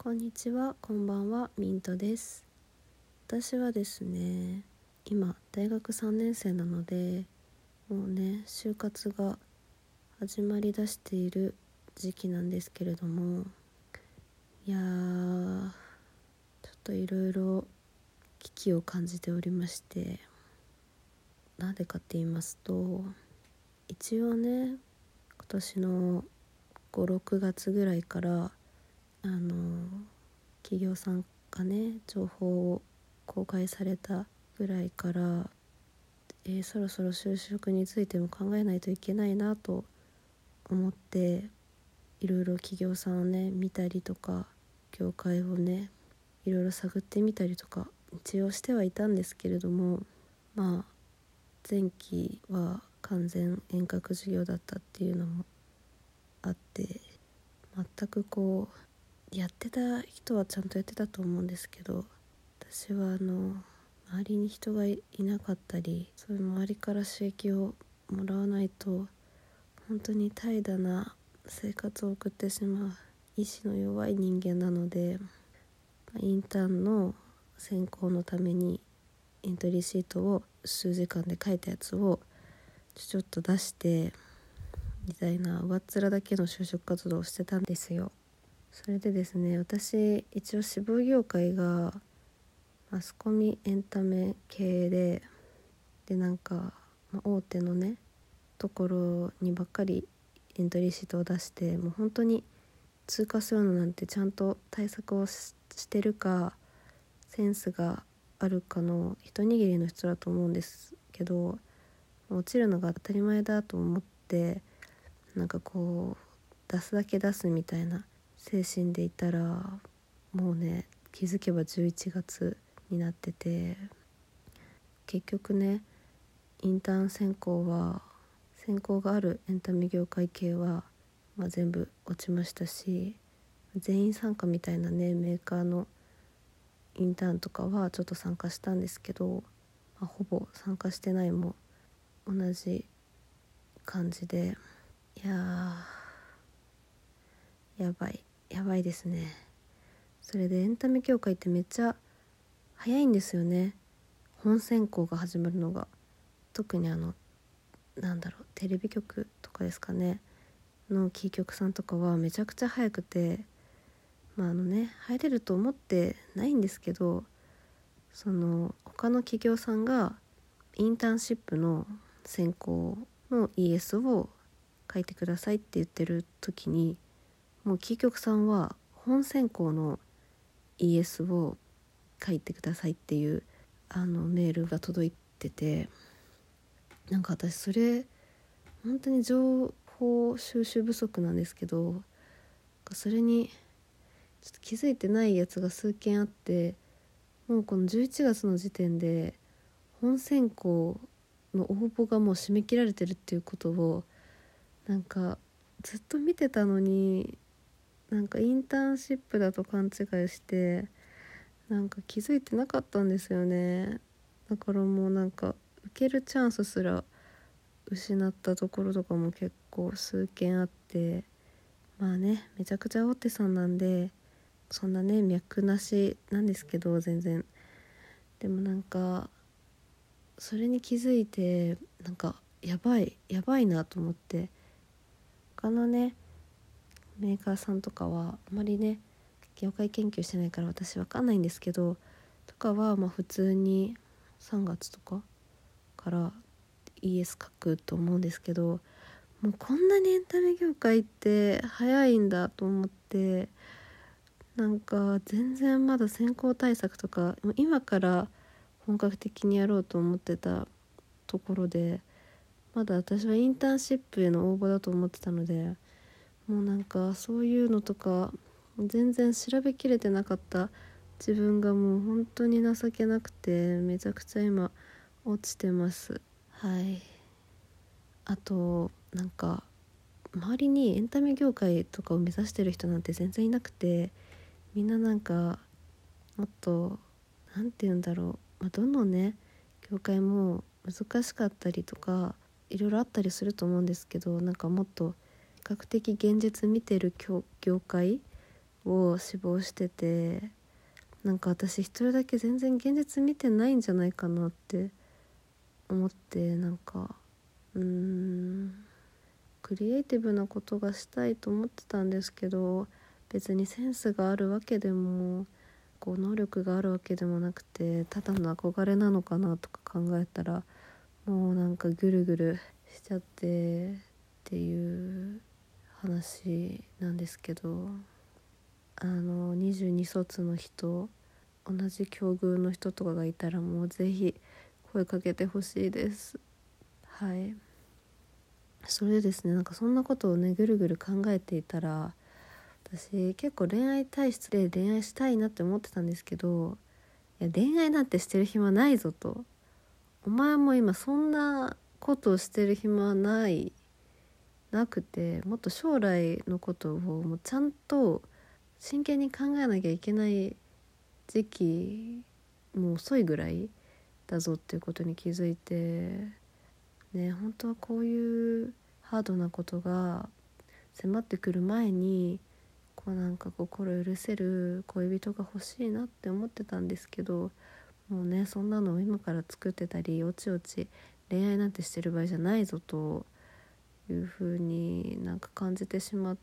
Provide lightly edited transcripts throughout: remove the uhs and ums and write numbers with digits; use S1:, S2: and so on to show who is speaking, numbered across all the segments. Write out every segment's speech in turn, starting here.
S1: こんにちは、こんばんは、ミントです。私はですね、今大学3年生なので、もうね、就活が始まりだしている時期なんですけれども、いやー、ちょっといろいろ危機を感じておりまして、なんでかって言いますと、一応ね、今年の5、6月ぐらいから企業さんがね情報を公開されたぐらいから、そろそろ就職についても考えないといけないなと思って、いろいろ企業さんをね見たりとか、業界をねいろいろ探ってみたりとか一応してはいたんですけれども、前期は完全遠隔授業だったっていうのもあって、全くやってた人はちゃんとやってたと思うんですけど、私は周りに人がいなかったり、そういう周りから刺激をもらわないと本当に怠惰な生活を送ってしまう意志の弱い人間なので、インターンの選考のためにエントリーシートを数時間で書いたやつをちょっと出してみたいな上っ面だけの就職活動をしてたんですよ。それでですね、私一応志望業界がマスコミエンタメ系で大手のねところにばっかりエントリーシートを出して、もう本当に通過するのなんてちゃんと対策をしてるかセンスがあるかの一握りの人だと思うんですけど、落ちるのが当たり前だと思って、出すだけ出すみたいな精神でいたら、もうね気づけば11月になってて、結局ねインターン選考があるエンタメ業界系は、全部落ちましたし、全員参加みたいなねメーカーのインターンとかはちょっと参加したんですけど、ほぼ参加してないも同じ感じで、いやーやばいですね。それでエンタメ業界ってめっちゃ早いんですよね、本選考が始まるのが。特にテレビ局とかですかねのキー局さんとかはめちゃくちゃ早くて、入れると思ってないんですけど、他の企業さんがインターンシップの選考の ES を書いてくださいって言ってる時に、もうキー局さんは本選考の ES を書いてくださいっていうメールが届いてて、私それ本当に情報収集不足なんですけど、それにちょっと気づいてないやつが数件あって、もうこの11月の時点で本選考の応募がもう締め切られてるっていうことをずっと見てたのに、インターンシップだと勘違いして気づいてなかったんですよね。だからもう受けるチャンスすら失ったところとかも結構数件あって、めちゃくちゃ大手さんなんでそんなね脈なしなんですけど、全然でもそれに気づいてやばいなと思って、他のねメーカーさんとかはあまりね業界研究してないから私わかんないんですけど、とかは普通に3月とかから ES 書くと思うんですけど、もうこんなにエンタメ業界って早いんだと思って、全然まだ選考対策とか今から本格的にやろうと思ってたところで、まだ私はインターンシップへの応募だと思ってたので、もうそういうのとか全然調べきれてなかった自分がもう本当に情けなくて、めちゃくちゃ今落ちてます。はい。あと周りにエンタメ業界とかを目指してる人なんて全然いなくて、みんなもっとなんて言うんだろう、どのね業界も難しかったりとかいろいろあったりすると思うんですけど、もっと比較的現実見てる業界を志望してて、なんか私一人だけ全然現実見てないんじゃないかなって思って、なんかクリエイティブなことがしたいと思ってたんですけど、別にセンスがあるわけでもこう能力があるわけでもなくて、ただの憧れなのかなとか考えたら、もうなんかぐるぐるしちゃってっていう話なんですけど、22卒の人、同じ境遇の人とかがいたらもうぜひ声かけてほしいです。はい。それでですね、なんかそんなことをねぐるぐる考えていたら、私結構恋愛体質で恋愛したいなって思ってたんですけど、いや恋愛なんてしてる暇ないぞと、お前も今そんなことをしてる暇はなくて、もっと将来のことをもうちゃんと真剣に考えなきゃいけない時期もう遅いぐらいだぞっていうことに気づいてね、本当はこういうハードなことが迫ってくる前にこうなんか心許せる恋人が欲しいなって思ってたんですけど、もうねそんなのを今から作ってたりおちおち恋愛なんてしてる場合じゃないぞという風になんか感じてしまって、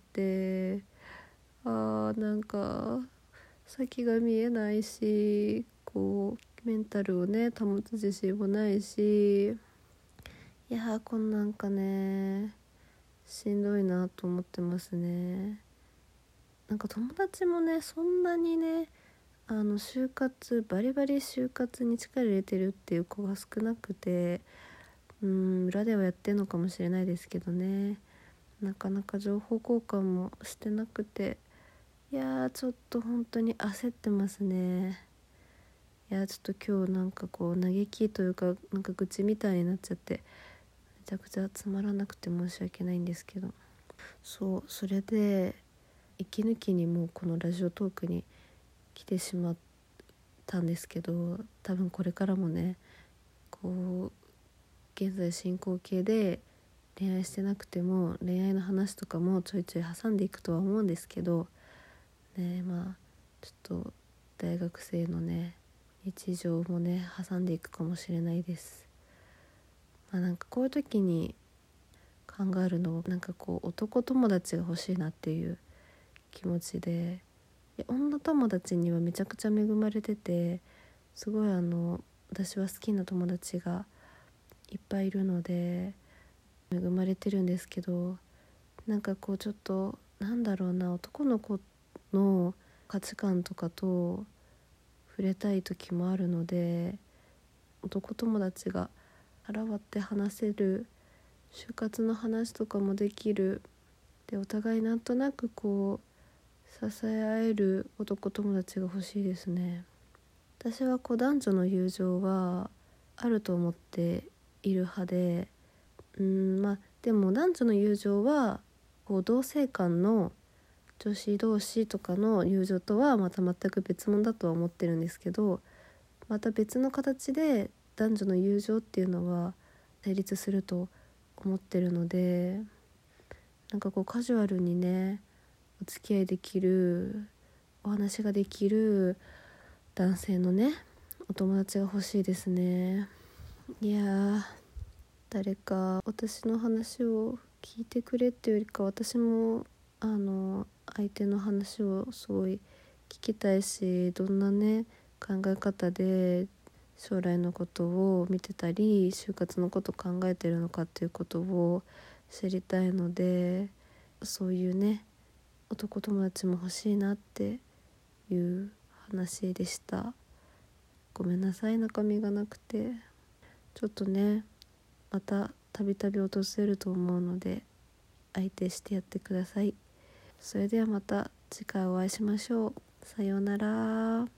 S1: なんか先が見えないし、こうメンタルをね保つ自信もないし、いやこんなんかねしんどいなと思ってますね。なんか友達もねそんなにね就活バリバリ就活に力入れてるっていう子が少なくて、裏ではやってんのかもしれないですけどね、なかなか情報交換もしてなくて、いやちょっと本当に焦ってますね。いやちょっと今日なんかこう嘆きというかなんか愚痴みたいになっちゃってめちゃくちゃつまらなくて申し訳ないんですけど、それで息抜きにもうこのラジオトークに来てしまったんですけど、多分これからもねこう現在進行形で恋愛してなくても恋愛の話とかもちょいちょい挟んでいくとは思うんですけどね、ちょっと大学生のね日常もね挟んでいくかもしれないです。なんかこういう時に考えるの、なんかこう男友達が欲しいなっていう気持ちで、女友達にはめちゃくちゃ恵まれてて、すごい私は好きな友達がいっぱいいるので恵まれてるんですけど、なんかこうちょっとなんだろうな、男の子の価値観とかと触れたい時もあるので、男友達が腹割って話せる就活の話とかもできるで、お互いなんとなくこう支え合える男友達が欲しいですね。私はこう男女の友情はあると思っている派で、でも男女の友情はこう同性間の女子同士とかの友情とはまた全く別物だとは思ってるんですけど、また別の形で男女の友情っていうのは成立すると思ってるので、なんかこうカジュアルにねお付き合いできる、お話ができる男性のねお友達が欲しいですね。いや誰か私の話を聞いてくれっていうよりか、私も相手の話をすごい聞きたいし、どんなね考え方で将来のことを見てたり就活のこと考えてるのかっていうことを知りたいので、そういうね男友達も欲しいなっていう話でした。ごめんなさい中身がなくて。ちょっとねまたたびたび訪れると思うので相手してやってください。それではまた次回お会いしましょう。さようなら。